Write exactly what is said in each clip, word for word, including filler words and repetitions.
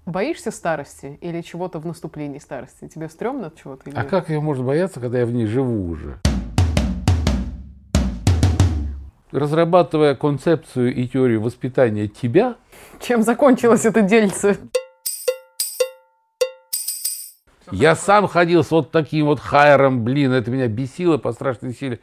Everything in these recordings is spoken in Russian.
Боишься старости или чего-то в наступлении старости? Тебе стрёмно от чего-то? Или... А как ее можно бояться, когда я в ней живу уже? Разрабатывая концепцию и теорию воспитания тебя... Чем закончилось это дельце? Я сам ходил с вот таким вот хайером, блин, это меня бесило по страшной силе.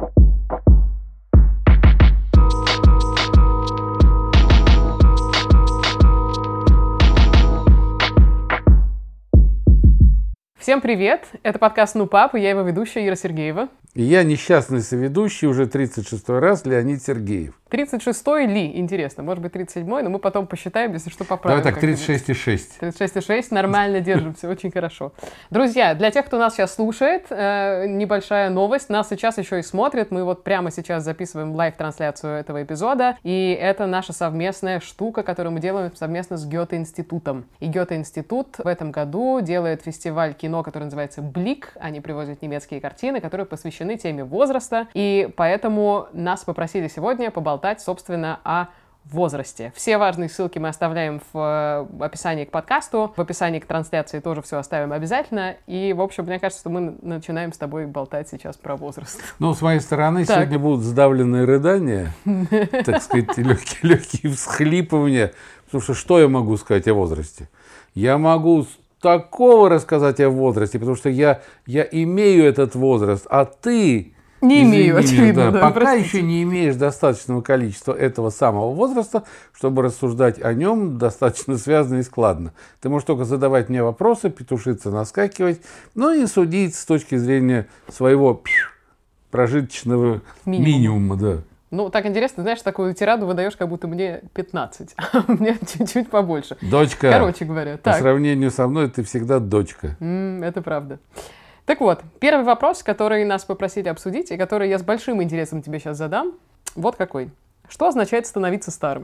Всем привет! Это подкаст «Ну, пап», и я его ведущая Ира Сергеева. И я несчастный соведущий уже тридцать шестой раз Леонид Сергеев. тридцать шестой ли? Интересно, может быть тридцать седьмой, но мы потом посчитаем, если что, поправим. Давай так, тридцать шесть и шесть. тридцать шесть и шесть, нормально держимся, очень хорошо. Друзья, для тех, кто нас сейчас слушает, э, небольшая новость. Нас сейчас еще и смотрят. Мы вот прямо сейчас записываем лайв-трансляцию этого эпизода. И это наша совместная штука, которую мы делаем совместно с Гёте-институтом. И Гёте-институт в этом году делает фестиваль кино, который называется «Блик». Они привозят немецкие картины, которые посвящены теме возраста. И поэтому нас попросили сегодня поболтать, собственно, о возрасте. Все важные ссылки мы оставляем в описании к подкасту, в описании к трансляции тоже все оставим обязательно. И, в общем, мне кажется, что мы начинаем с тобой болтать сейчас про возраст. Ну, с моей стороны, так. сегодня будут сдавленные рыдания, так сказать, легкие, легкие всхлипывания. Потому что что я могу сказать о возрасте? Я могу такого рассказать о возрасте, потому что я, я имею этот возраст, а ты... Не имею, очевидно. Да, да, пока простите. еще не имеешь достаточного количества этого самого возраста, чтобы рассуждать о нем достаточно связно и складно. Ты можешь только задавать мне вопросы, петушиться, наскакивать, но и судить с точки зрения своего прожиточного минимума. минимума. Да. Ну, так интересно, знаешь, такую тираду выдаешь, как будто мне пятнадцать, а мне чуть-чуть побольше. Дочка, Короче говоря, по так. сравнению со мной ты всегда дочка. М, это правда. Так вот, первый вопрос, который нас попросили обсудить, и который я с большим интересом тебе сейчас задам, вот какой. Что означает становиться старым?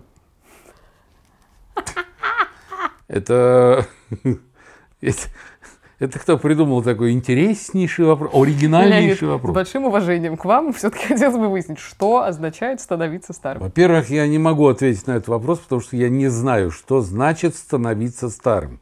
Это... Это кто придумал такой интереснейший вопрос, оригинальнейший Леонид, вопрос? С большим уважением к вам все-таки хотелось бы выяснить, что означает становиться старым. Во-первых, я не могу ответить на этот вопрос, потому что я не знаю, что значит становиться старым.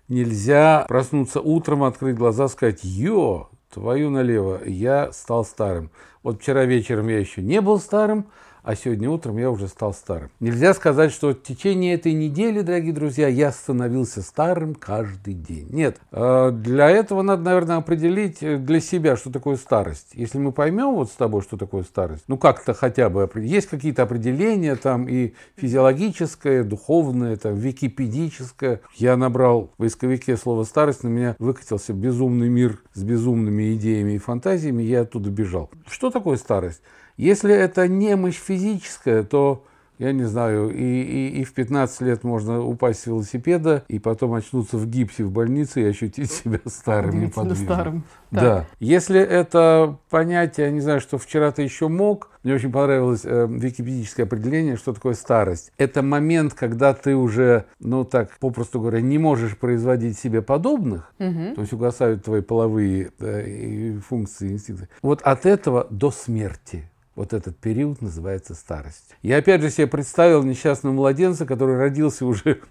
Нельзя проснуться утром, открыть глаза, сказать: «Ё, твою налево, я стал старым». Вот вчера вечером я еще не был старым, а сегодня утром я уже стал старым. Нельзя сказать, что в течение этой недели, дорогие друзья, я становился старым каждый день. Нет, для этого надо, наверное, определить для себя, что такое старость. Если мы поймем вот с тобой, что такое старость, ну как-то хотя бы определить. Есть какие-то определения там и физиологическое, духовное, там, википедическое. Я набрал в поисковике слово «старость», на меня выкатился безумный мир с безумными идеями и фантазиями, я оттуда бежал. Что такое старость? Если это немощь физическая, то, я не знаю, и, и, и в пятнадцать лет можно упасть с велосипеда, и потом очнуться в гипсе в больнице и ощутить себя старым, неподвижным. старым. Да. Если это понятие, я не знаю, что вчера ты еще мог, мне очень понравилось э, википедическое определение, что такое старость. Это момент, когда ты уже, ну так, попросту говоря, не можешь производить себе подобных, Угу. то есть угасают твои половые э, функции, инстинкты. Вот от этого до смерти. Вот этот период называется старость. Я опять же себе представил несчастного младенца, который родился уже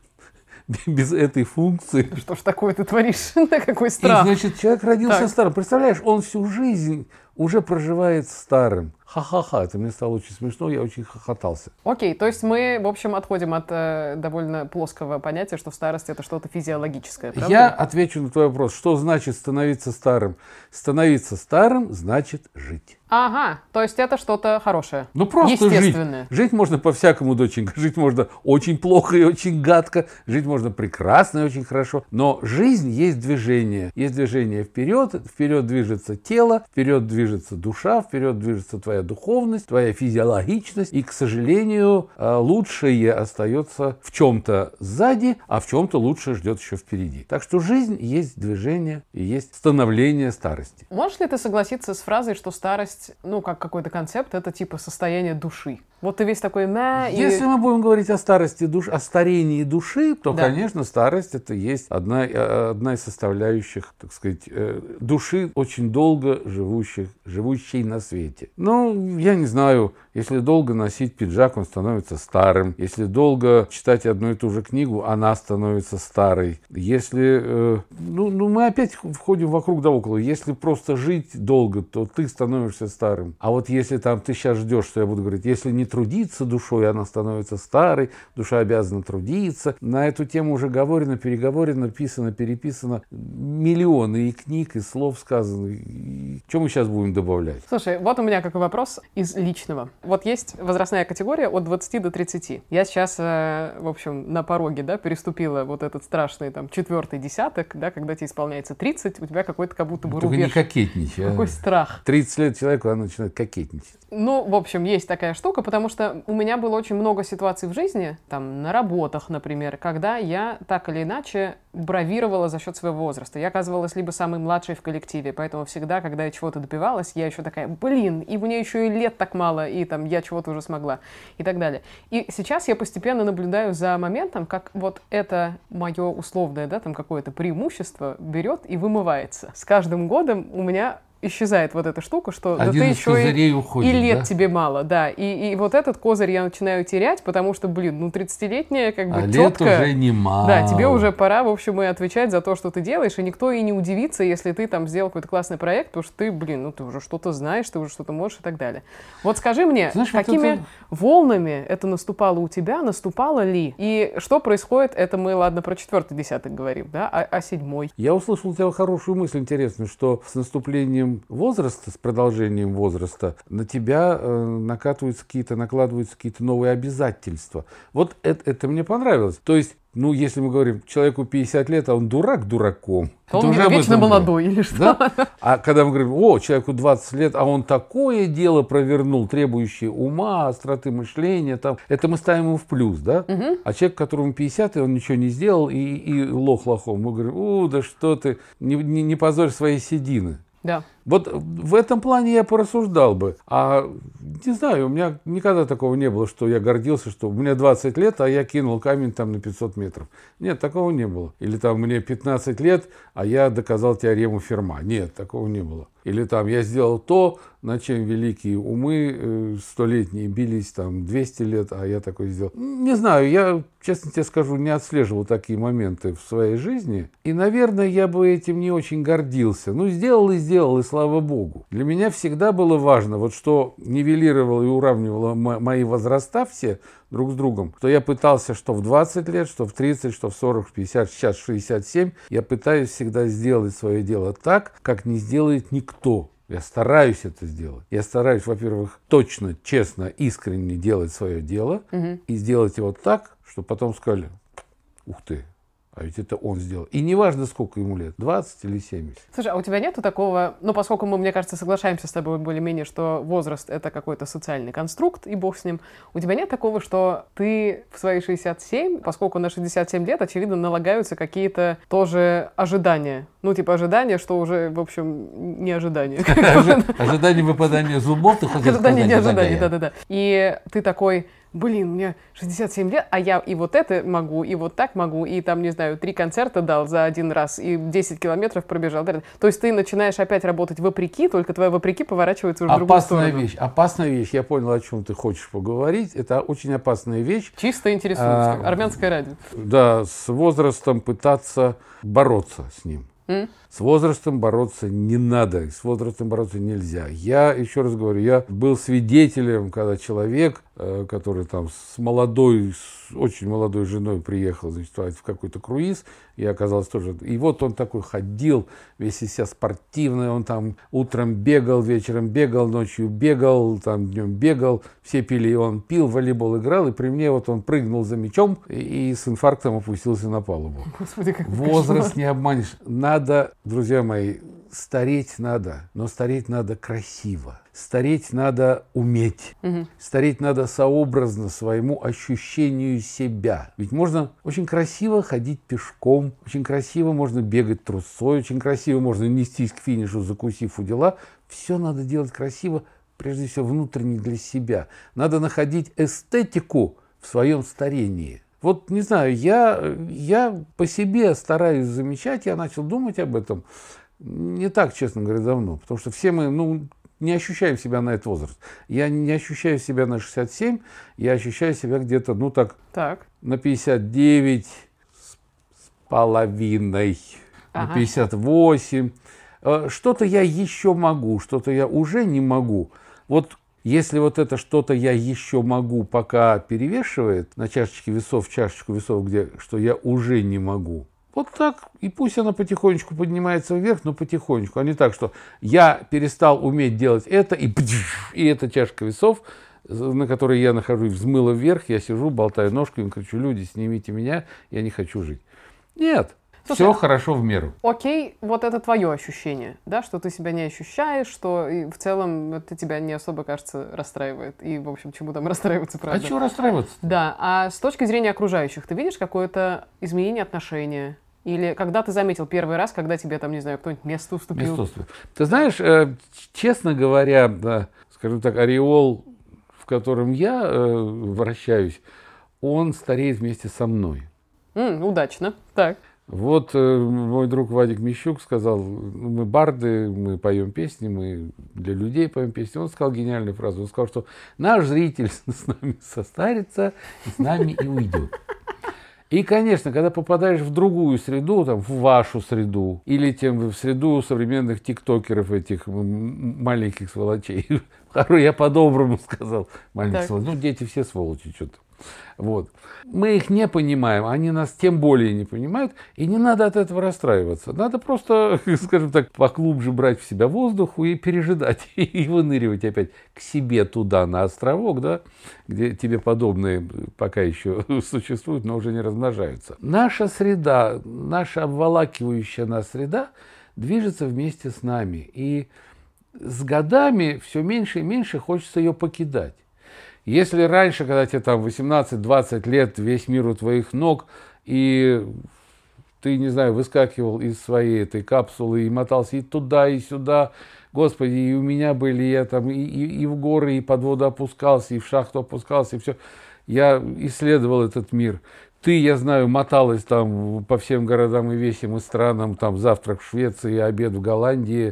без этой функции. Что ж такое ты творишь? Какой страх. И, значит, человек родился Так. старым. Представляешь, он всю жизнь уже проживает старым. Ха-ха-ха, это мне стало очень смешно, я очень хохотался. Окей, то есть мы, в общем, отходим от э, довольно плоского понятия, что старость — это что-то физиологическое, правда? Я отвечу на твой вопрос. Что значит становиться старым? Становиться старым значит жить. Ага, то есть это что-то хорошее. Ну просто жить. Естественное. Жить можно по-всякому, доченька. Жить можно очень плохо и очень гадко. Жить можно прекрасно и очень хорошо. Но жизнь есть движение. Есть движение вперед. Вперед движется тело, вперед движется душа, вперед движется твоя духовность, твоя физиологичность. И, к сожалению, лучшее остается в чем-то сзади, а в чем-то лучшее ждет еще впереди. Так что жизнь есть движение и есть становление старости. Можешь ли ты согласиться с фразой, что старость, ну, как какой-то концепт, это типа состояние души? Вот ты весь такой на. Если и... мы будем говорить о старости души, о старении души, то, да. конечно, старость это есть одна, одна из составляющих, так сказать, души очень долго живущих, живущей на свете. Ну, я не знаю, если долго носить пиджак, он становится старым. Если долго читать одну и ту же книгу, она становится старой. Если, э, ну, ну, мы опять входим вокруг да около. Если просто жить долго, то ты становишься старым. А вот если там ты сейчас ждешь, что я буду говорить, если не трудиться душой, она становится старой, душа обязана трудиться. На эту тему уже говорено, переговорено, писано, переписано. Миллионы и книг, и слов сказано. И... Что мы сейчас будем добавлять? Слушай, вот у меня какой вопрос из личного. Вот есть возрастная категория от двадцати до тридцати. Я сейчас, э, в общем, на пороге, да, переступила вот этот страшный там четвертый десяток, да, когда тебе исполняется тридцать, у тебя какой-то как будто бы Только рубеж. не кокетничай. Какой а? страх. тридцать лет человеку, она начинает кокетничать. Ну, в общем, есть такая штука, потому что у меня было очень много ситуаций в жизни, там, на работах, например, когда я так или иначе бравировала за счет своего возраста. Я оказывалась либо самой младшей в коллективе, поэтому всегда, когда я чего-то добивалась, я еще такая, блин, и мне еще и лет так мало, и там я чего-то уже смогла, и так далее. И сейчас я постепенно наблюдаю за моментом, как вот это мое условное, да, там какое-то преимущество берет и вымывается. С каждым годом у меня исчезает вот эта штука, что да ты еще и, уходит, и лет да? тебе мало, да, и, и вот этот козырь я начинаю терять, потому что, блин, ну тридцатилетняя как бы а тетка, лет уже немало. Да, тебе уже пора, в общем, и отвечать за то, что ты делаешь, и никто и не удивится, если ты там сделал какой-то классный проект, потому что ты, блин, ну ты уже что-то знаешь, ты уже что-то можешь и так далее. Вот скажи мне, Знаешь, какими вот это... волнами это наступало у тебя, наступало ли, и что происходит, это мы, ладно, про четвертый десяток говорим, да, а, а седьмой? Я услышал у тебя хорошую мысль интересную, что с наступлением возраста, с продолжением возраста, на тебя э, накатываются какие-то, накладываются какие-то новые обязательства. Вот это, это мне понравилось. То есть, ну, если мы говорим, человеку пятьдесят лет, а он дурак дураком. То он уже вечно молодой или что? Да? А когда мы говорим, о, человеку двадцать лет, а он такое дело провернул, требующее ума, остроты мышления, там, это мы ставим ему в плюс, да? Угу. А человек, которому пятьдесят, и он ничего не сделал, и, и лох лохом, мы говорим, о, да что ты, не, не, не позорь свои седины. Да. Вот в этом плане я порассуждал бы. А не знаю, у меня никогда такого не было, что я гордился, что у меня двадцать лет, а я кинул камень там на пятьсот метров. Нет, такого не было. Или там мне пятнадцать лет, а я доказал теорему Ферма. Нет, такого не было. Или там я сделал то, над чем великие умы столетние бились там двести лет, а я такой сделал. Не знаю, я, честно тебе скажу, не отслеживал такие моменты в своей жизни. И, наверное, я бы этим не очень гордился. Ну, сделал и сделал, и слава богу. Для меня всегда было важно, вот что нивелировало и уравнивало мои возраста все друг с другом, что я пытался, что в двадцать лет, что в тридцать, что в сорок, в пятьдесят, сейчас в шестьдесят семь, я пытаюсь всегда сделать свое дело так, как не сделает никто. Я стараюсь это сделать. Я стараюсь, во-первых, точно, честно, искренне делать свое дело, угу. и сделать его так, чтобы потом сказали, ух ты, а ведь это он сделал. И неважно, сколько ему лет, двадцать или семьдесят. Слушай, а у тебя нету такого, ну, поскольку мы, мне кажется, соглашаемся с тобой более-менее, что возраст — это какой-то социальный конструкт, и бог с ним, у тебя нет такого, что ты в свои шестьдесят семь, поскольку на шестьдесят семь лет, очевидно, налагаются какие-то тоже ожидания? Ну, типа ожидания, что уже, в общем, не ожидания. Ожидание выпадания зубов, ты хотел сказать? Ожидание, не ожидание, да-да-да. И ты такой... Блин, мне шестьдесят семь лет, а я и вот это могу, и вот так могу, и там, не знаю, три концерта дал за один раз, и десять километров пробежал. То есть ты начинаешь опять работать вопреки, только твое вопреки поворачивается уже в другую сторону. Опасная вещь, опасная вещь. Я понял, о чем ты хочешь поговорить. Это очень опасная вещь. Чисто интересуюсь. А, армянское радио. Да, с возрастом пытаться бороться с ним. М? С возрастом бороться не надо, с возрастом бороться нельзя. Я, еще раз говорю, я был свидетелем, когда человек, который там с молодой, с очень молодой женой приехал, значит, в какой-то круиз, и оказалось тоже... И вот он такой ходил, весь из себя спортивный, он там утром бегал, вечером бегал, ночью бегал, там днем бегал, все пили, и он пил, в волейбол играл, и при мне вот он прыгнул за мячом и, и с инфарктом опустился на палубу. Господи, как возраст не обманешь. Надо, друзья мои, стареть надо, но стареть надо красиво. Стареть надо уметь. Угу. Стареть надо сообразно своему ощущению себя. Ведь можно очень красиво ходить пешком, очень красиво можно бегать трусой, очень красиво можно нестись к финишу, закусив у дела. Все надо делать красиво, прежде всего, внутренний для себя. Надо находить эстетику в своем старении. Вот, не знаю, я, я по себе стараюсь замечать, я начал думать об этом не так, честно говоря, давно. Потому что все мы, ну, не ощущаем себя на этот возраст. Я не ощущаю себя на шестьдесят семь, я ощущаю себя где-то, ну, так, так. на пятьдесят девять с половиной, ага. на пятьдесят восемь. Что-то я еще могу, что-то я уже не могу. Вот если вот это что-то я еще могу пока перевешивает на чашечке весов, чашечку весов, где что я уже не могу. Вот так, и пусть она потихонечку поднимается вверх, но потихонечку, а не так, что я перестал уметь делать это, и, и эта чашка весов, на которой я нахожусь, взмыла вверх, я сижу, болтаю ножками, кричу: люди, снимите меня, я не хочу жить. Нет. Слушай, все хорошо в меру. Окей, вот это твое ощущение, да, что ты себя не ощущаешь, что и в целом это тебя не особо, кажется, расстраивает. И, в общем, чему там расстраиваться, правда. А чего расстраиваться? Да, а с точки зрения окружающих, ты видишь какое-то изменение отношения? Или когда ты заметил первый раз, когда тебе там, не знаю, кто-нибудь место уступил? Место уступил. Ты знаешь, э, честно говоря, да, скажем так, ореол, в котором я э, вращаюсь, он стареет вместе со мной. М, удачно. Так. Вот э, мой друг Вадик Мищук сказал: мы барды, мы поем песни, мы для людей поем песни. Он сказал гениальную фразу. Он сказал, что наш зритель с нами состарится и с нами и уйдет. И, конечно, когда попадаешь в другую среду, там, в вашу среду, или тем в среду современных тиктокеров, этих маленьких сволочей, я по-доброму сказал, маленьких сволочей, ну, дети все сволочи что-то. Вот. Мы их не понимаем, они нас тем более не понимают, и не надо от этого расстраиваться. Надо просто, скажем так, поглубже брать в себя воздух и пережидать, и выныривать опять к себе туда, на островок, да, где тебе подобные пока еще существуют, но уже не размножаются. Наша среда, наша обволакивающая нас среда движется вместе с нами, и с годами все меньше и меньше хочется ее покидать. Если раньше, когда тебе там восемнадцать-двадцать лет, весь мир у твоих ног, и ты, не знаю, выскакивал из своей этой капсулы и мотался и туда, и сюда, господи, и у меня были, я там и, и, и в горы, и под воду опускался, и в шахту опускался, и все. Я исследовал этот мир. Ты, я знаю, моталась там по всем городам и весям и странам, там завтрак в Швеции, обед в Голландии,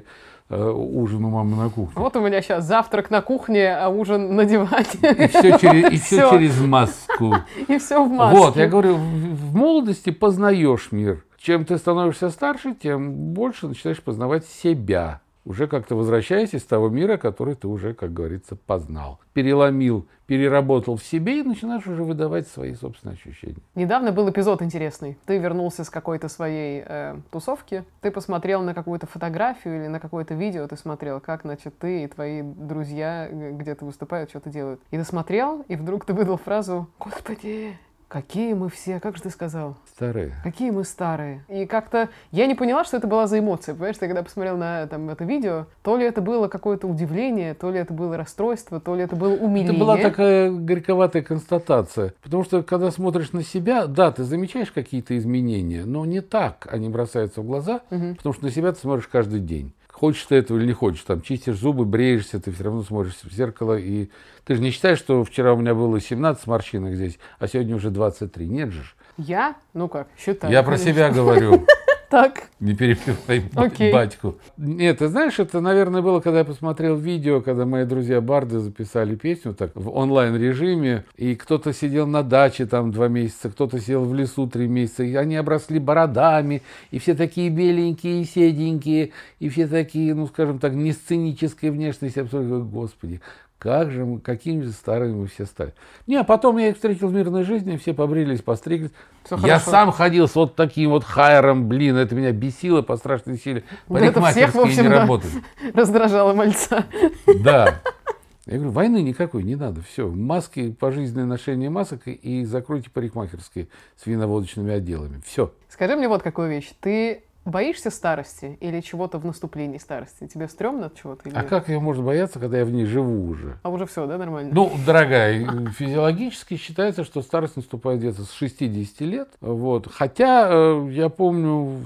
ужин у мамы на кухне. Вот у меня сейчас завтрак на кухне, а ужин на диване. И все через, и все через маску. И все в маске. Вот, я говорю, в молодости познаешь мир. Чем ты становишься старше, тем больше начинаешь познавать себя. Уже как-то возвращаясь из того мира, который ты уже, как говорится, познал. Переломил, переработал в себе и начинаешь уже выдавать свои собственные ощущения. Недавно был эпизод интересный. Ты вернулся с какой-то своей э, тусовки, ты посмотрел на какую-то фотографию или на какое-то видео, ты смотрел, как, значит, ты и твои друзья где-то выступают, что-то делают. И ты смотрел, и вдруг ты выдал фразу: «Господи, какие мы все, как же ты сказал? Старые. Какие мы старые». И как-то я не поняла, что это была за эмоция. Понимаешь, ты когда посмотрел на там, это видео, то ли это было какое-то удивление, то ли это было расстройство, то ли это было умиление. Это была такая горьковатая констатация. Потому что, когда смотришь на себя, да, ты замечаешь какие-то изменения, но не так они бросаются в глаза, угу. Потому что на себя ты смотришь каждый день. Хочешь ты этого или не хочешь, там, чистишь зубы, бреешься, ты все равно смотришь в зеркало. И ты же не считаешь, что вчера у меня было семнадцать морщинок здесь, а сегодня уже двадцать три. Нет же. Я? Ну как, считаю. Я про себя говорю. Так. Не перебивай okay. батьку. Нет, ты знаешь, это, наверное, было, когда я посмотрел видео, когда мои друзья-барды записали песню так в онлайн-режиме, и кто-то сидел на даче там два месяца, кто-то сидел в лесу три месяца, и они обросли бородами, и все такие беленькие, и седенькие, и все такие, ну, скажем так, не сценической внешности. Абсолютно, господи, как же мы, какими же старыми мы все стали. Не, а потом я их встретил в мирной жизни, все побрились, постриглись. Все я хорошо. Сам ходил с вот таким вот хайером, блин, это меня бесило по страшной силе. Парикмахерские не работали. Раздражало мальца. Да. Я говорю, войны никакой не надо, все, маски, пожизненное ношение масок и закройте парикмахерские с виноводочными отделами, все. Скажи мне вот какую вещь, ты боишься старости или чего-то в наступлении старости? Тебе стрёмно от чего-то? Или... А как ее можно бояться, когда я в ней живу уже? А уже все, да, нормально? Ну, дорогая, физиологически считается, что старость наступает где-то с шестидесяти лет. Вот. Хотя, я помню, в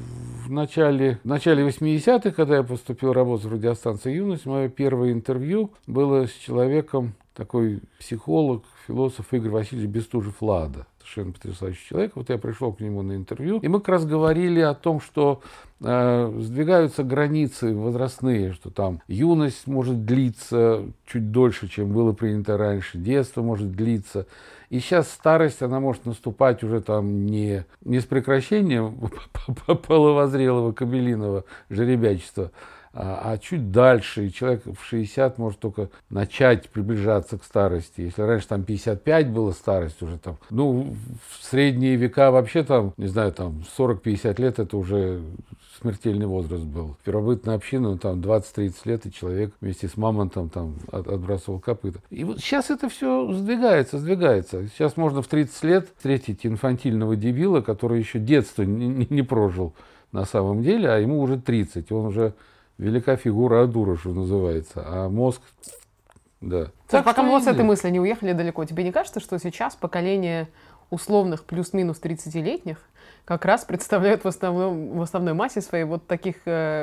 в начале, в начале восьмидесятых, когда я поступил работать в радиостанции «Юность», мое первое интервью было с человеком, такой психолог, философ Игорь Васильевич Бестужев-Лада. Совершенно потрясающий человек. Вот я пришел к нему на интервью, и мы как раз говорили о том, что э, сдвигаются границы возрастные, что там юность может длиться чуть дольше, чем было принято раньше, детство может длиться. И сейчас старость, она может наступать уже там не, не с прекращением половозрелого кабелиного жеребячества, а, а чуть дальше. И человек в шестьдесят может только начать приближаться к старости. Если раньше там пятьдесят пять было старость уже там, ну, в средние века вообще там, не знаю, там сорок-пятьдесят лет это уже смертельный возраст был. В первобытной общине, ну, там двадцать-тридцать лет, и человек вместе с мамонтом там от, отбрасывал копыта. И вот сейчас это все сдвигается, сдвигается. Сейчас можно в тридцать лет встретить инфантильного дебила, который еще детство не, не, не прожил на самом деле, а ему уже тридцать. Он уже велика фигура Адура, что называется. А мозг, да. Слушай, пока мы вот с этой мысли не уехали далеко, тебе не кажется, что сейчас поколение условных плюс-минус тридцатилетних как раз представляют в, основном, в основной массе своей вот таких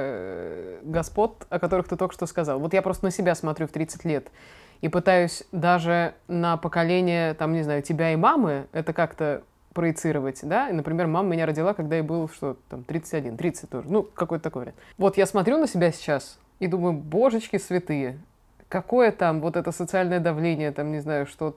э, господ, о которых ты только что сказал. Вот я просто на себя смотрю в тридцать лет и пытаюсь даже на поколение, там, не знаю, тебя и мамы это как-то проецировать, да, и, например, мама меня родила, когда ей было, что, там, тридцать один, тридцать тоже, ну, какой-то такой вариант. Вот я смотрю на себя сейчас и думаю, божечки святые, какое там вот это социальное давление, там, не знаю, что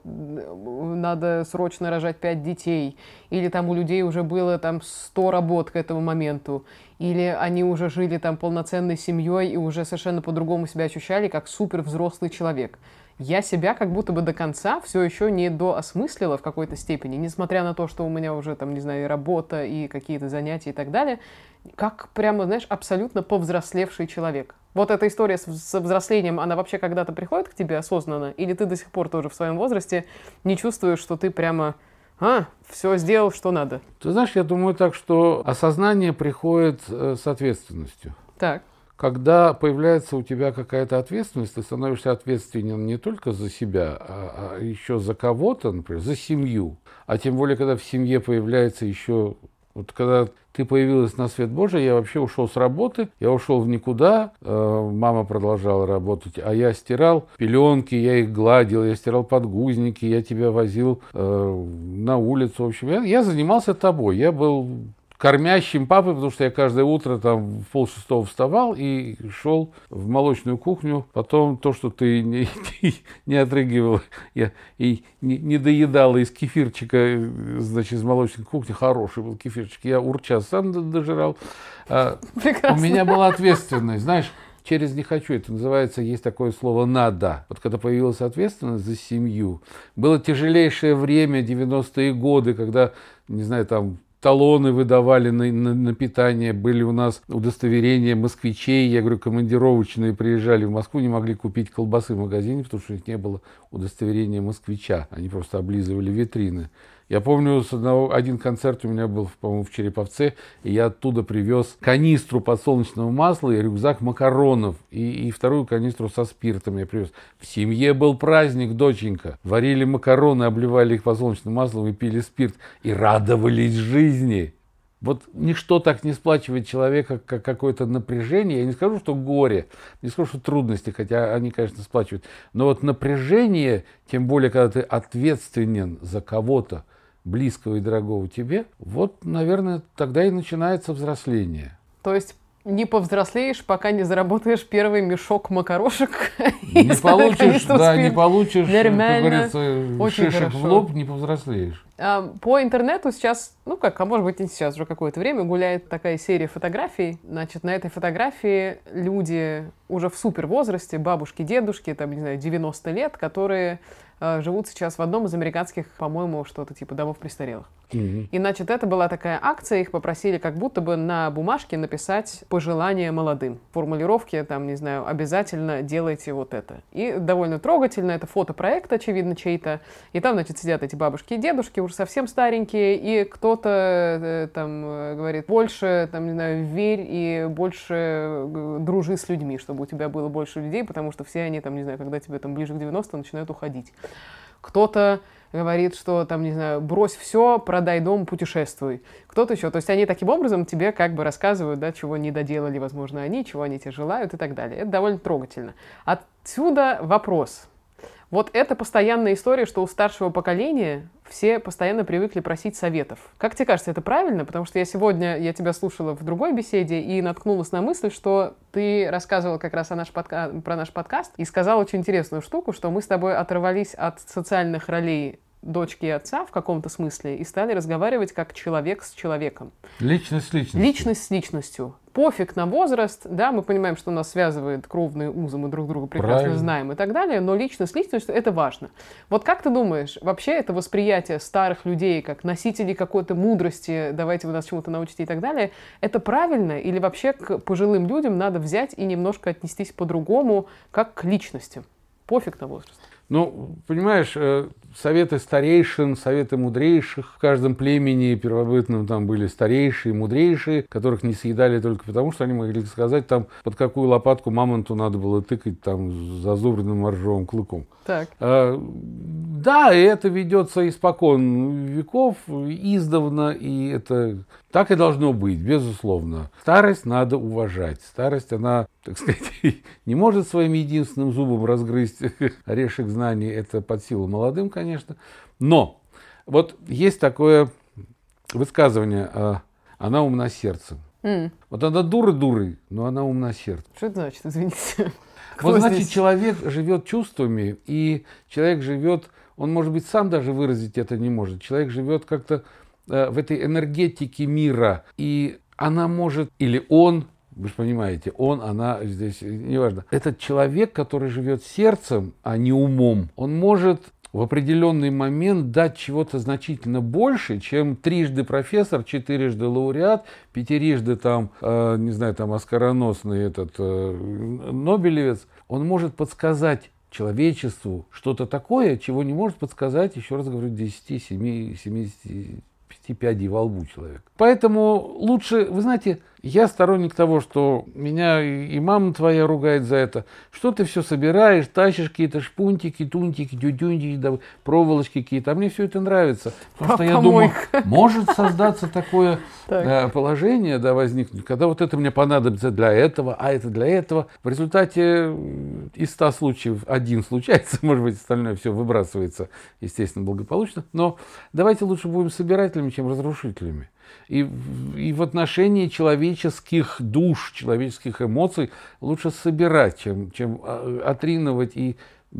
надо срочно рожать пять детей, или там у людей уже было там сто работ к этому моменту, или они уже жили там полноценной семьей и уже совершенно по-другому себя ощущали, как супер взрослый человек. Я себя как будто бы до конца все еще не доосмыслила в какой-то степени, несмотря на то, что у меня уже там, не знаю, и работа, и какие-то занятия и так далее, как прямо, знаешь, абсолютно повзрослевший человек. Вот эта история с, с взрослением, она вообще когда-то приходит к тебе осознанно? Или ты до сих пор тоже в своем возрасте не чувствуешь, что ты прямо, а, все сделал, что надо? Ты знаешь, я думаю так, что осознание приходит э, с ответственностью. Так. Когда появляется у тебя какая-то ответственность, ты становишься ответственен не только за себя, а, а еще за кого-то, например, за семью. А тем более, когда в семье появляется еще... Вот когда ты появилась на свет Божий, я вообще ушел с работы, я ушел в никуда, э, мама продолжала работать, а я стирал пеленки, я их гладил, я стирал подгузники, я тебя возил э, на улицу. В общем, я, я занимался тобой, я был кормящим папой, потому что я каждое утро там в полшестого вставал и шел в молочную кухню. Потом то, что ты не, не, не отрыгивал я, и не, не доедала из кефирчика, значит, из молочной кухни, хороший был кефирчик, я урча сам дожирал. Прекрасно. У меня была ответственность, знаешь, через «не хочу», это называется, есть такое слово «надо». Вот когда появилась ответственность за семью, было тяжелейшее время, девяностые годы, когда, не знаю, там, талоны выдавали на, на, на питание, были у нас удостоверения москвичей, я говорю, командировочные приезжали в Москву, не могли купить колбасы в магазине, потому что у них не было удостоверения москвича, они просто облизывали витрины. Я помню, с одного, один концерт у меня был, по-моему, в Череповце, и я оттуда привез канистру подсолнечного масла и рюкзак макаронов, и, и вторую канистру со спиртом я привез. В семье был праздник, доченька. Варили макароны, обливали их подсолнечным маслом и пили спирт, и радовались жизни. Вот ничто так не сплачивает человека, как какое-то напряжение. Я не скажу, что горе, не скажу, что трудности, хотя они, конечно, сплачивают. Но вот напряжение, тем более, когда ты ответственен за кого-то, близкого и дорогого тебе, вот, наверное, тогда и начинается взросление. То есть не повзрослеешь, пока не заработаешь первый мешок макарошек. Не получишь, да, не получишь, нормально. как говорится, шишек в лоб, не повзрослеешь. По интернету сейчас, ну как, а может быть и сейчас уже какое-то время, гуляет такая серия фотографий. Значит, на этой фотографии люди уже в супер возрасте, бабушки, дедушки, там, не знаю, девяносто лет, которые э, живут сейчас в одном из американских, по-моему, что-то типа домов престарелых. Mm-hmm. И, значит, это была такая акция, их попросили как будто бы на бумажке написать пожелания молодым. Формулировки, там, не знаю, обязательно делайте вот это. И довольно трогательно, это фотопроект, очевидно, чей-то. И там, значит, сидят эти бабушки и дедушки, уже совсем старенькие, и кто-то э, там э, говорит, больше, там, не знаю, верь и больше э, дружи с людьми, чтобы у тебя было больше людей, потому что все они, там, не знаю, когда тебе там ближе к девяностым начинают уходить. Кто-то говорит, что там, не знаю, брось все, продай дом, путешествуй. Кто-то еще. То есть они таким образом тебе как бы рассказывают, да, чего не доделали, возможно, они, чего они тебе желают и так далее. Это довольно трогательно. Отсюда вопрос. Вот это постоянная история, что у старшего поколения все постоянно привыкли просить советов. Как тебе кажется, это правильно? Потому что я сегодня, я тебя слушала в другой беседе и наткнулась на мысль, что ты рассказывала как раз о наш подка... про наш подкаст и сказала очень интересную штуку, что мы с тобой оторвались от социальных ролей дочки и отца в каком-то смысле и стали разговаривать как человек с человеком. Личность с личностью. Личность с личностью. Пофиг на возраст, да, мы понимаем, что нас связывает кровные узы, мы друг друга прекрасно Правильно. знаем и так далее, но личность с личностью — это важно. Вот как ты думаешь, вообще это восприятие старых людей как носителей какой-то мудрости, давайте вы нас чему-то научите и так далее, это правильно или вообще к пожилым людям надо взять и немножко отнестись по-другому, как к личностям? Пофиг на возраст. Ну, понимаешь, советы старейшин, советы мудрейших. В каждом племени первобытном там были старейшие, мудрейшие, которых не съедали только потому, что они могли сказать, там, под какую лопатку мамонту надо было тыкать там зазубренным моржовым клыком. Так. А, да, и это ведется испокон веков, издавна, и это так и должно быть, безусловно. Старость надо уважать. Старость, она, так сказать, не может своим единственным зубом разгрызть орешек знаний. Это под силу молодым, конечно. Но вот есть такое высказывание: она умна сердцем. Mm. Вот она дура дурой, но она умна сердцем. Что это значит, извините? Вот значит, человек живет чувствами, и человек живет, он, может быть, сам даже выразить это не может. Человек живет как-то э, в этой энергетике мира, и она может, или он, вы же понимаете, он, она, здесь неважно. Этот человек, который живет сердцем, а не умом, он может в определенный момент дать чего-то значительно больше, чем трижды профессор, четырежды лауреат, пятирижды там, э, не знаю, там оскароносный этот э, нобелевец. Он может подсказать человечеству что-то такое, чего не может подсказать, еще раз говорю, десять, семь, семьдесят пять пядей во лбу человек. Поэтому лучше, вы знаете, я сторонник того, что меня и мама твоя ругает за это, что ты все собираешь, тащишь какие-то шпунтики, тунтики, дюдюнтики, да, проволочки какие-то, а мне все это нравится. Потому что я думаю, может создаться такое э, положение, да, возникнуть, когда вот это мне понадобится для этого, а это для этого. В результате из ста случаев один случается, может быть, остальное все выбрасывается, естественно, благополучно. Но давайте лучше будем собирателями, чем разрушителями. И, и в отношении человеческих душ, человеческих эмоций лучше собирать, чем, чем отринывать и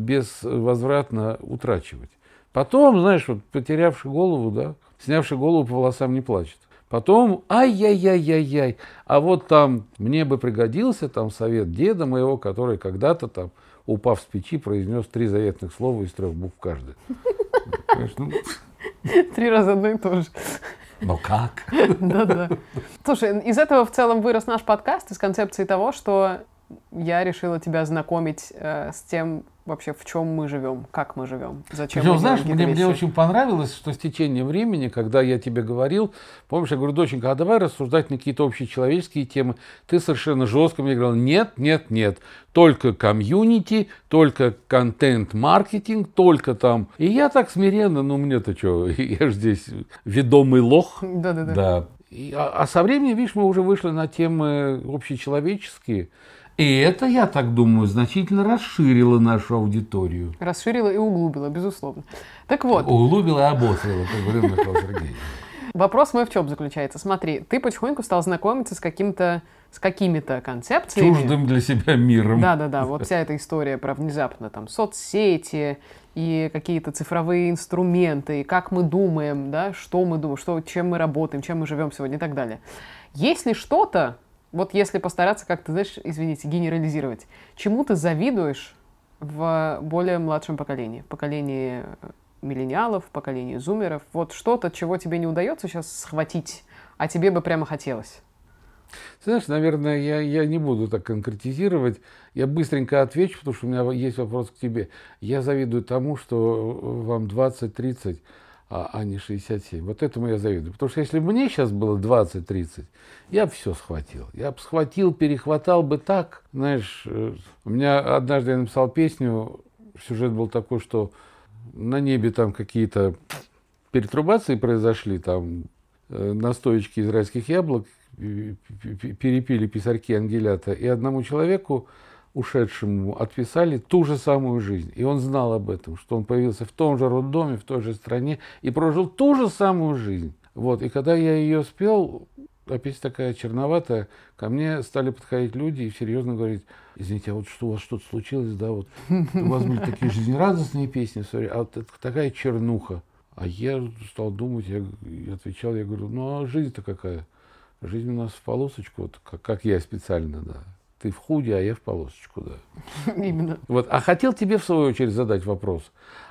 безвозвратно утрачивать. Потом, знаешь, вот потерявший голову, да, снявший голову по волосам не плачет. Потом, ай-яй-яй-яй-яй, а вот там мне бы пригодился там совет деда моего, который когда-то там, упав с печи, произнес три заветных слова из трех букв каждое. Три раза одно и то же. Но как? Да-да. Слушай, из этого в целом вырос наш подкаст, из концепции того, что я решила тебя знакомить э, с тем, вообще, в чем мы живем, как мы живем, зачем Причем, мы знаешь, делаем мне, вещи. мне очень понравилось, что с течением времени, когда я тебе говорил, помнишь, я говорю, доченька, а давай рассуждать на какие-то общечеловеческие темы. Ты совершенно жестко мне говорил, нет, нет, нет, только комьюнити, только контент-маркетинг, только там. И я так смиренно, ну мне-то что, я же здесь ведомый лох. Да-да-да. Да. И, а, а со временем, видишь, мы уже вышли на темы общечеловеческие. И это, я так думаю, значительно расширило нашу аудиторию. Расширило и углубило, безусловно. Так вот. Углубило и обострило, как говорил Михаил Сергеевич. Вопрос мой в чем заключается? Смотри, ты потихоньку стал знакомиться с каким-то, с какими-то концепциями. Чуждым для себя миром. Да-да-да, вот вся эта история про внезапно там соцсети и какие-то цифровые инструменты, и как мы думаем, да, что мы думаем, что, чем мы работаем, чем мы живем сегодня и так далее. Есть ли что-то, вот если постараться как-то, знаешь, извините, генерализировать, чему ты завидуешь в более младшем поколении, поколении миллениалов, поколении зумеров, вот что-то, чего тебе не удается сейчас схватить, а тебе бы прямо хотелось? Знаешь, наверное, я, я не буду так конкретизировать, я быстренько отвечу, потому что у меня есть вопрос к тебе. Я завидую тому, что вам двадцать-тридцать, а не шестьдесят семь. Вот этому я завидую. Потому что если бы мне сейчас было двадцать-тридцать, я бы все схватил. Я бы схватил, перехватал бы так. Знаешь, у меня однажды я написал песню, сюжет был такой, что на небе там какие-то перетрубации произошли, там э, настоечки из райских яблок, перепили писарьки ангелята, и одному человеку, ушедшему, отписали ту же самую жизнь. И он знал об этом, что он появился в том же роддоме, в той же стране и прожил ту же самую жизнь. Вот. И когда я ее спел, а песня такая черноватая, ко мне стали подходить люди и серьезно говорить: извините, а вот что у вас что-то случилось, да, вот у вас были такие жизнерадостные песни, а вот такая чернуха. А я стал думать, я отвечал, я говорю, ну а жизнь-то какая? Жизнь у нас в полосочку, вот как, как я специально, да. Ты в худе, а я в полосочку, да. Именно. Вот. А хотел тебе в свою очередь задать вопрос.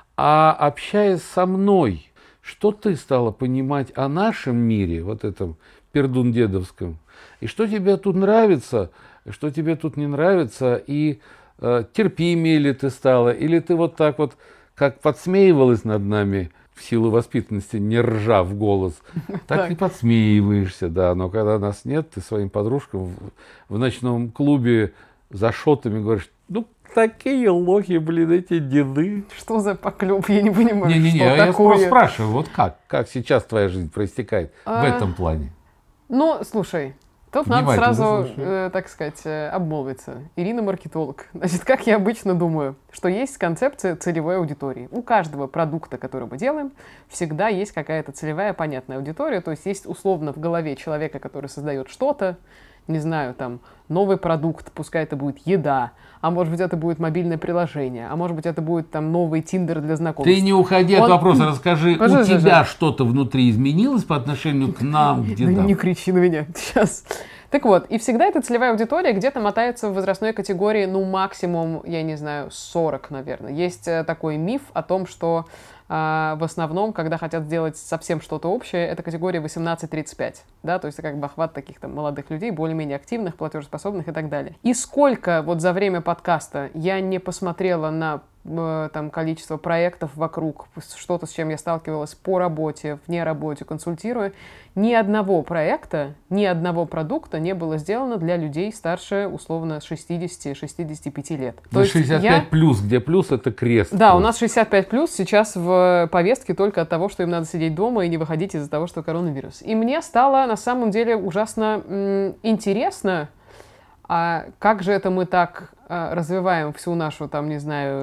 А общаясь со мной, что ты стала понимать о нашем мире, вот этом пердундедовском, и что тебе тут нравится, что тебе тут не нравится, и э, терпимее ли ты стала, или ты вот так вот, как подсмеивалась над нами, в силу воспитанности, не ржа в голос, так и подсмеиваешься, да. Но когда нас нет, ты своим подружкам в, в ночном клубе за шотами говоришь: ну, такие лохи, блин, эти деды. Что за поклеп? Я не понимаю, Не-не-не, что я такое. просто спрашиваю, вот как? Как сейчас твоя жизнь проистекает а... в этом плане? Ну, слушай, тут надо сразу, э, так сказать, э, обмолвиться. Ирина маркетолог. Значит, как я обычно думаю, что есть концепция целевой аудитории. У каждого продукта, который мы делаем, всегда есть какая-то целевая понятная аудитория. То есть есть условно в голове человека, который создает что-то, не знаю, там, новый продукт, пускай это будет еда, а может быть, это будет мобильное приложение, а может быть, это будет там новый Тиндер для знакомств. Ты не уходи Он... от вопроса, расскажи, Пожалуйста, у тебя что-то внутри изменилось по отношению к нам, к дедам? Не кричи на меня сейчас. Так вот, и всегда эта целевая аудитория где-то мотается в возрастной категории, ну, максимум, я не знаю, сорок, наверное. Есть такой миф о том, что а, в основном, когда хотят сделать совсем что-то общее, это категория восемнадцать тридцать пять, да, то есть это как бы охват таких там молодых людей, более-менее активных, платежеспособных и так далее. И сколько вот за время подкаста я не посмотрела на там количество проектов вокруг, что-то, с чем я сталкивалась по работе, вне работе, консультируя, ни одного проекта, ни одного продукта не было сделано для людей старше, условно, шестидесяти-шестидесяти пяти лет. То есть шестьдесят пять я... плюс, где плюс это крест. Да, у нас шестьдесят пять плюс сейчас в повестке только от того, что им надо сидеть дома и не выходить из-за того, что коронавирус. И мне стало на самом деле ужасно м- интересно, а как же это мы так а, развиваем всю нашу, там, не знаю,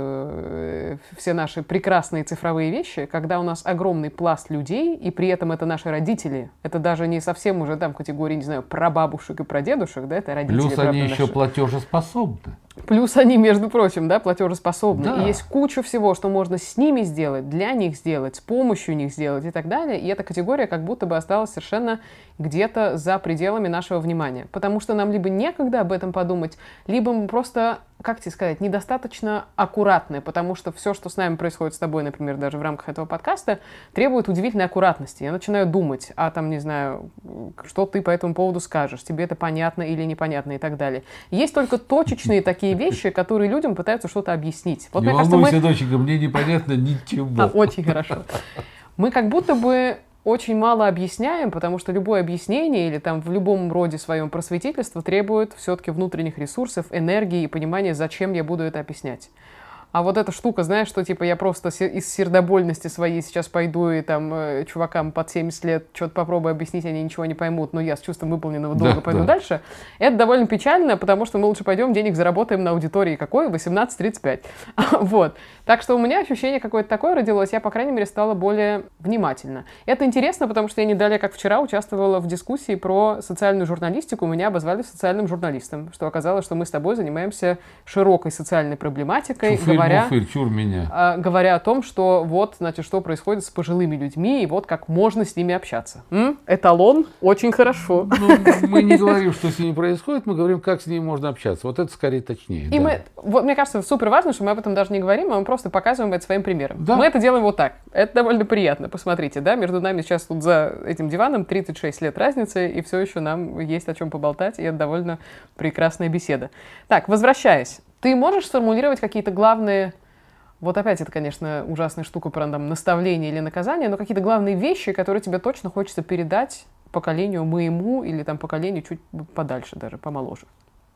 э, все наши прекрасные цифровые вещи, когда у нас огромный пласт людей, и при этом это наши родители. Это даже не совсем уже там категории, не знаю, прабабушек и прадедушек, да, это родители. Плюс они наши. еще платежеспособны. Плюс они, между прочим, да, платежеспособны. Да. И есть куча всего, что можно с ними сделать, для них сделать, с помощью них сделать и так далее. И эта категория как будто бы осталась совершенно где-то за пределами нашего внимания. Потому что нам либо некогда об этом подумать, либо мы просто, как тебе сказать, недостаточно аккуратны, потому что все, что с нами происходит с тобой, например, даже в рамках этого подкаста, требует удивительной аккуратности. Я начинаю думать, а там, не знаю, что ты по этому поводу скажешь, тебе это понятно или непонятно и так далее. Есть только точечные такие вещи, которые людям пытаются что-то объяснить. Вот, не волнуйся, мы... доченька, мне непонятно ничего. А, очень хорошо. Мы как будто бы очень мало объясняем, потому что любое объяснение или там в любом роде своем просветительства требует все-таки внутренних ресурсов, энергии и понимания, зачем я буду это объяснять. А вот эта штука, знаешь, что типа я просто из сердобольности своей сейчас пойду и там э, чувакам под семьдесят лет что-то попробую объяснить, они ничего не поймут, но я с чувством выполненного долга да, пойду да. дальше. Это довольно печально, потому что мы лучше пойдем денег заработаем на аудитории какой? восемнадцать тридцать пять. Вот. Так что у меня ощущение какое-то такое родилось, я, по крайней мере, стала более внимательна. Это интересно, потому что я не далее, как вчера, участвовала в дискуссии про социальную журналистику, меня обозвали социальным журналистом, что оказалось, что мы с тобой занимаемся широкой социальной проблематикой. Чуфырь, Говоря, буфырь, чур меня. э, говоря о том, что вот, значит, что происходит с пожилыми людьми, и вот как можно с ними общаться. М? Эталон очень хорошо. Ну, мы не говорим, что с ними происходит, мы говорим, как с ними можно общаться. Вот это скорее точнее. И да. мы, вот, мне кажется, супер важно, что мы об этом даже не говорим, а мы просто показываем это своим примером. Да. Мы это делаем вот так. Это довольно приятно. Посмотрите, да, между нами сейчас тут за этим диваном тридцать шесть лет разницы, и все еще нам есть о чем поболтать, и это довольно прекрасная беседа. Так, возвращаясь. Ты можешь сформулировать какие-то главные, вот опять это, конечно, ужасная штука про там, наставление или наказание, но какие-то главные вещи, которые тебе точно хочется передать поколению моему или там поколению чуть подальше даже, помоложе?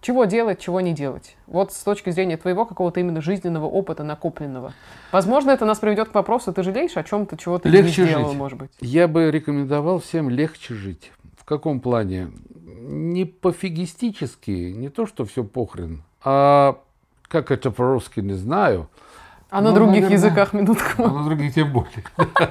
Чего делать, чего не делать? Вот с точки зрения твоего какого-то именно жизненного опыта накопленного. Возможно, это нас приведет к вопросу, ты жалеешь о чем-то, чего ты Легче не сделал, жить. может быть? Я бы рекомендовал всем легче жить. В каком плане? Не пофигистически, не то, что все похрен, а как это по-русски, не знаю. А на Ну, других наверное, языках минутку. А на других тем более.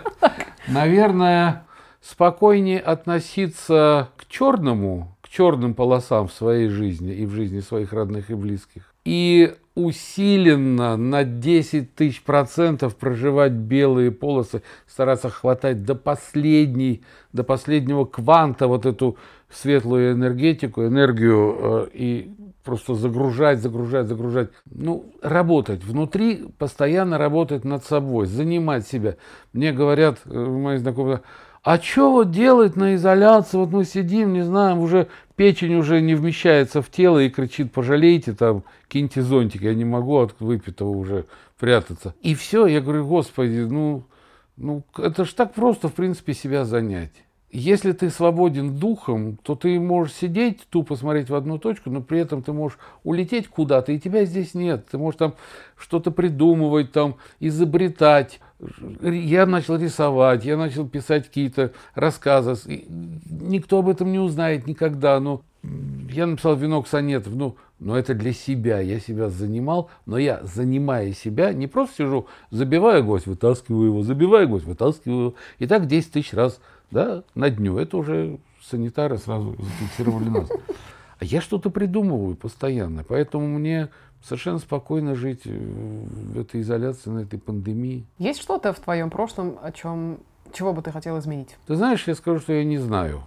Наверное, спокойнее относиться к черному, к черным полосам в своей жизни и в жизни своих родных и близких. И усиленно на десять тысяч процентов проживать белые полосы, стараться хватать до последней, до последнего кванта вот эту светлую энергетику, энергию э, и просто загружать, загружать, загружать. Ну, работать внутри, постоянно работать над собой, занимать себя. Мне говорят э, мои знакомые, а что вот делать на изоляции? Вот мы сидим, не знаем, уже печень уже не вмещается в тело и кричит, пожалейте, там, киньте зонтик, я не могу от выпитого уже прятаться. И все, я говорю, господи, ну, ну это ж так просто, в принципе, себя занять. Если ты свободен духом, то ты можешь сидеть, тупо смотреть в одну точку, но при этом ты можешь улететь куда-то, и тебя здесь нет. Ты можешь там что-то придумывать, там, изобретать. Я начал рисовать, я начал писать какие-то рассказы. Никто об этом не узнает никогда. Но я написал «Венок сонетов». Ну, но это для себя. Я себя занимал, но я, занимая себя, не просто сижу, забиваю гвоздь, вытаскиваю его, забиваю гвоздь, вытаскиваю его. И так десять тысяч раз. Да, на дню. Это уже санитары сразу зафиксировали нас. А я что-то придумываю постоянно. Поэтому мне совершенно спокойно жить в этой изоляции, на этой пандемии. Есть что-то в твоем прошлом, о чем, чего бы ты хотел изменить? Ты знаешь, я скажу, что я не знаю.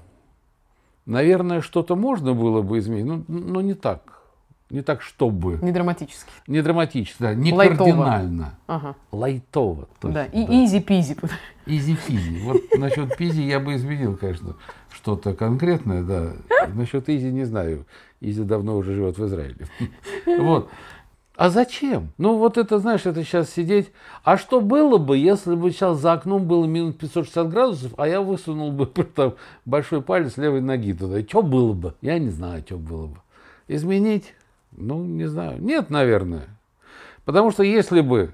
Наверное, что-то можно было бы изменить, но, но не так. Не так, чтобы. Не драматически. Не драматично, да, не Лайтово. кардинально. Ага. Лайтово. Точно, Да, и да. изи-пизи. Изи-физи. Вот насчет пизи я бы изменил, конечно, что-то конкретное, да. Насчет изи не знаю. Изи давно уже живет в Израиле. Вот. А зачем? Ну вот это, знаешь, это сейчас сидеть. А что было бы, если бы сейчас за окном было минус пятьсот шестьдесят градусов, а я высунул бы там большой палец левой ноги туда? Что было бы? Я не знаю, что было бы. Изменить? Ну, не знаю. Нет, наверное. Потому что если бы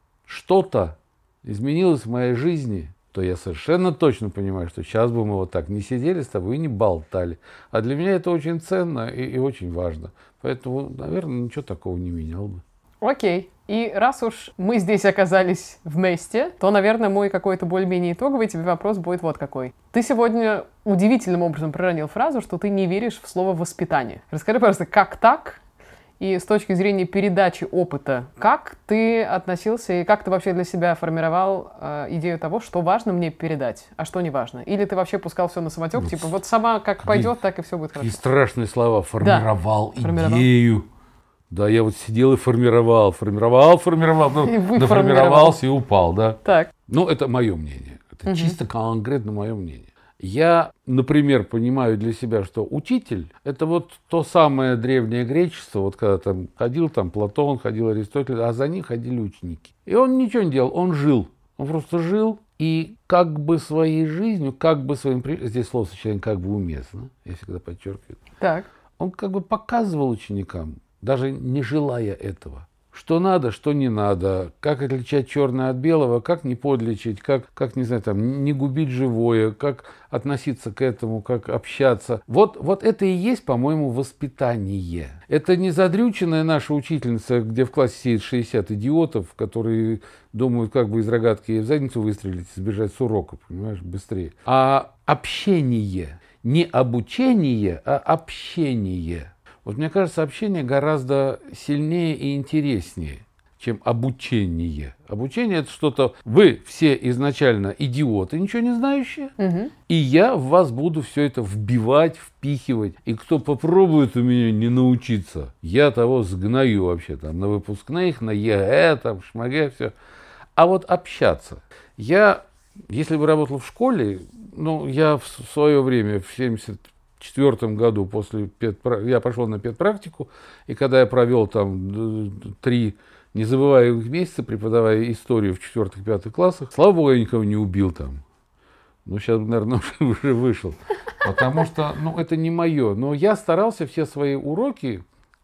что-то изменилось в моей жизни, то я совершенно точно понимаю, что сейчас бы мы вот так не сидели с тобой и не болтали. А для меня это очень ценно и, и очень важно. Поэтому, наверное, ничего такого не менял бы. Окей. И раз уж мы здесь оказались вместе, то, наверное, мой какой-то более-менее итоговый тебе вопрос будет вот какой. Ты сегодня удивительным образом проронил фразу, что ты не веришь в слово «воспитание». Расскажи, пожалуйста, как так? И с точки зрения передачи опыта, как ты относился и как ты вообще для себя формировал э, идею того, что важно мне передать, а что не важно? Или ты вообще пускал все на самотек, ну, типа вот сама как какие, пойдет, так и все будет хорошо? Какие страшные слова. Формировал да. идею. Формировал. Да, я вот сидел и формировал, формировал, формировал, ну, наформировался и упал, да. Так. Ну, это мое мнение. Это угу. чисто конкретно мое мнение. Я, например, понимаю для себя, что учитель – это вот то самое древнее гречество, вот когда там ходил там Платон, ходил Аристотель, а за ним ходили ученики. И он ничего не делал, он жил. Он просто жил и как бы своей жизнью, как бы своим… Здесь словосочетание «как бы» уместно, я всегда подчеркиваю. Так. Он как бы показывал ученикам, даже не желая этого, что надо, что не надо, как отличать черное от белого, как не подлечить, как, как не знаю, там, не губить живое, как относиться к этому, как общаться. Вот, вот это и есть, по-моему, воспитание. Это не задрюченная наша учительница, где в классе сидит шестьдесят идиотов, которые думают, как бы из рогатки ей в задницу выстрелить и сбежать с урока, понимаешь, быстрее. А общение, не обучение, а общение. Вот мне кажется, общение гораздо сильнее и интереснее, чем обучение. Обучение – это что-то… Вы все изначально идиоты, ничего не знающие, угу. и я в вас буду все это вбивать, впихивать. И кто попробует у меня не научиться, я того сгною вообще там на выпускных, на ЕГЭ, там, шмаге, все. А вот общаться. Я, если бы работал в школе, ну, я в свое время, в семьдесят В четвертом году после педпра... я пошел на педпрактику, и когда я провел там три незабываемых месяца, преподавая историю в четвертых-пятых классах, слава богу, я никого не убил там. Ну, сейчас, наверное, уже вышел. Потому что, ну, это не мое. Но я старался все свои уроки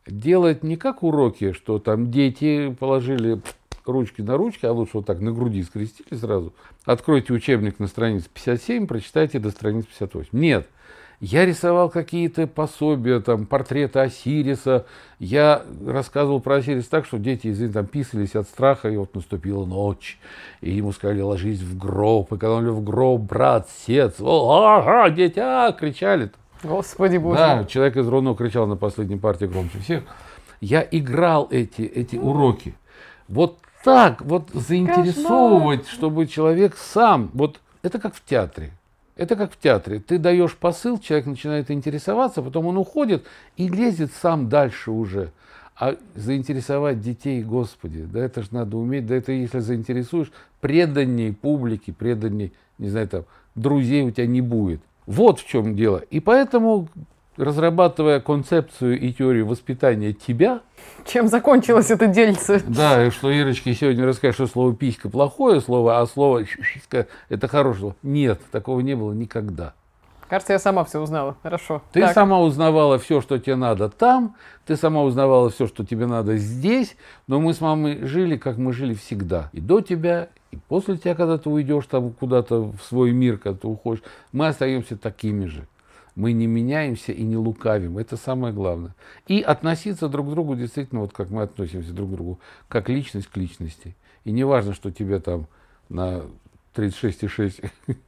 делать не как уроки, что там дети положили ручки на ручки, а лучше вот так на груди скрестили сразу. Откройте учебник на странице пятьдесят семь, прочитайте до страницы пятьдесят восемь. Нет. Я рисовал какие-то пособия, там, портреты Осириса. Я рассказывал про Осириса так, что дети, извините, там писались от страха, и вот наступила ночь, и ему сказали, ложись в гроб, и когда он лег в гроб, брат, отец, ага, дети, а, кричали. Господи Боже. Да, человек из Ровно кричал на последней партии громче всех. Я играл эти, эти уроки. Вот так вот заинтересовывать, Кошмар. Чтобы человек сам, вот это как в театре. Это как в театре. Ты даешь посыл, человек начинает интересоваться, потом он уходит и лезет сам дальше уже. А заинтересовать детей, Господи, да это же надо уметь, да это если заинтересуешь, преданней публики, преданней, не знаю, там, друзей у тебя не будет. Вот в чем дело. И поэтому, разрабатывая концепцию и теорию воспитания тебя... Чем закончилось это дельце? Да, и что Ирочке сегодня расскажешь, что слово «писька» плохое слово, а слово «писька» это хорошее слово. Нет, такого не было никогда. Кажется, я сама все узнала. Хорошо. Ты так. сама узнавала все, что тебе надо там, ты сама узнавала все, что тебе надо здесь, но мы с мамой жили, как мы жили всегда. И до тебя, и после тебя, когда ты уйдешь там куда-то в свой мир, когда ты уходишь, мы остаемся такими же. Мы не меняемся и не лукавим. Это самое главное. И относиться друг к другу действительно, вот как мы относимся друг к другу, как личность к личности. И не важно, что тебе там на тридцать шесть и шесть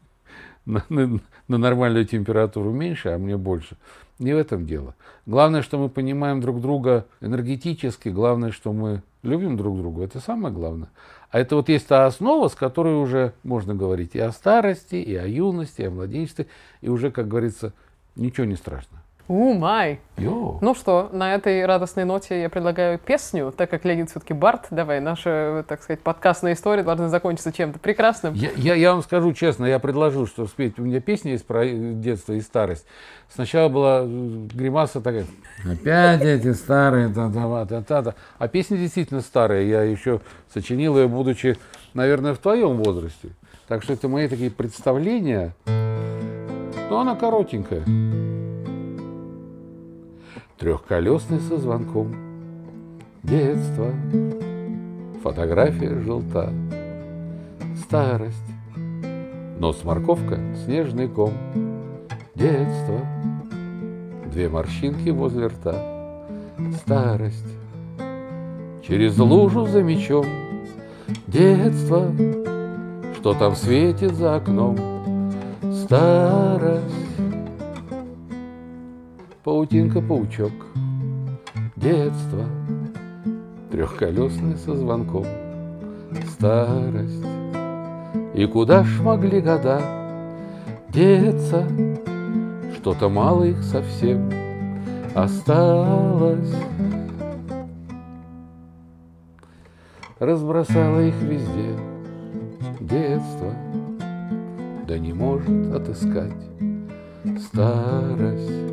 на, на, на нормальную температуру меньше, а мне больше. Не в этом дело. Главное, что мы понимаем друг друга энергетически. Главное, что мы любим друг друга. Это самое главное. А это вот есть та основа, с которой уже можно говорить и о старости, и о юности, и о младенчестве. И уже, как говорится, ничего не страшно. У, май. Йо. Ну что, на этой радостной ноте я предлагаю песню, так как Леонид все-таки бард. Давай, наша, так сказать, подкастная история должна закончиться чем-то прекрасным. Я, я, я вам скажу честно, я предложил, что спеть. У меня песня есть про детство и старость. Сначала была гримаса такая. Опять эти старые, та-та-та-та-та. А песня действительно старая. Я еще сочинил ее, будучи, наверное, в твоем возрасте. Так что это мои такие представления. Но она коротенькая. Трехколесный со звонком. Детство. Фотография желта. Старость. Нос морковка, снежный ком. Детство. Две морщинки возле рта. Старость. Через лужу за мечом. Детство. Что там светит за окном. Старость. Паутинка-паучок. Детство. Трехколесный со звонком. Старость. И куда ж могли года деться? Что-то мало их совсем осталось. Разбросала их везде детство, да не может отыскать старость.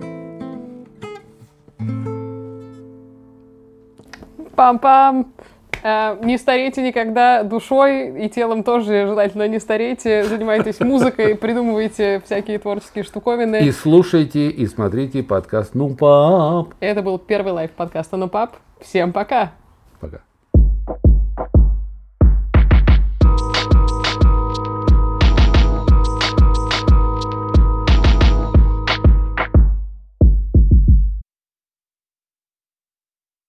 Пам-пам! Э, не старейте никогда душой и телом тоже желательно не старейте. Занимайтесь музыкой, придумывайте всякие творческие штуковины. И слушайте, и смотрите подкаст «Ну, пап». Это был первый лайв подкаста «Ну, пап». Всем пока! Пока.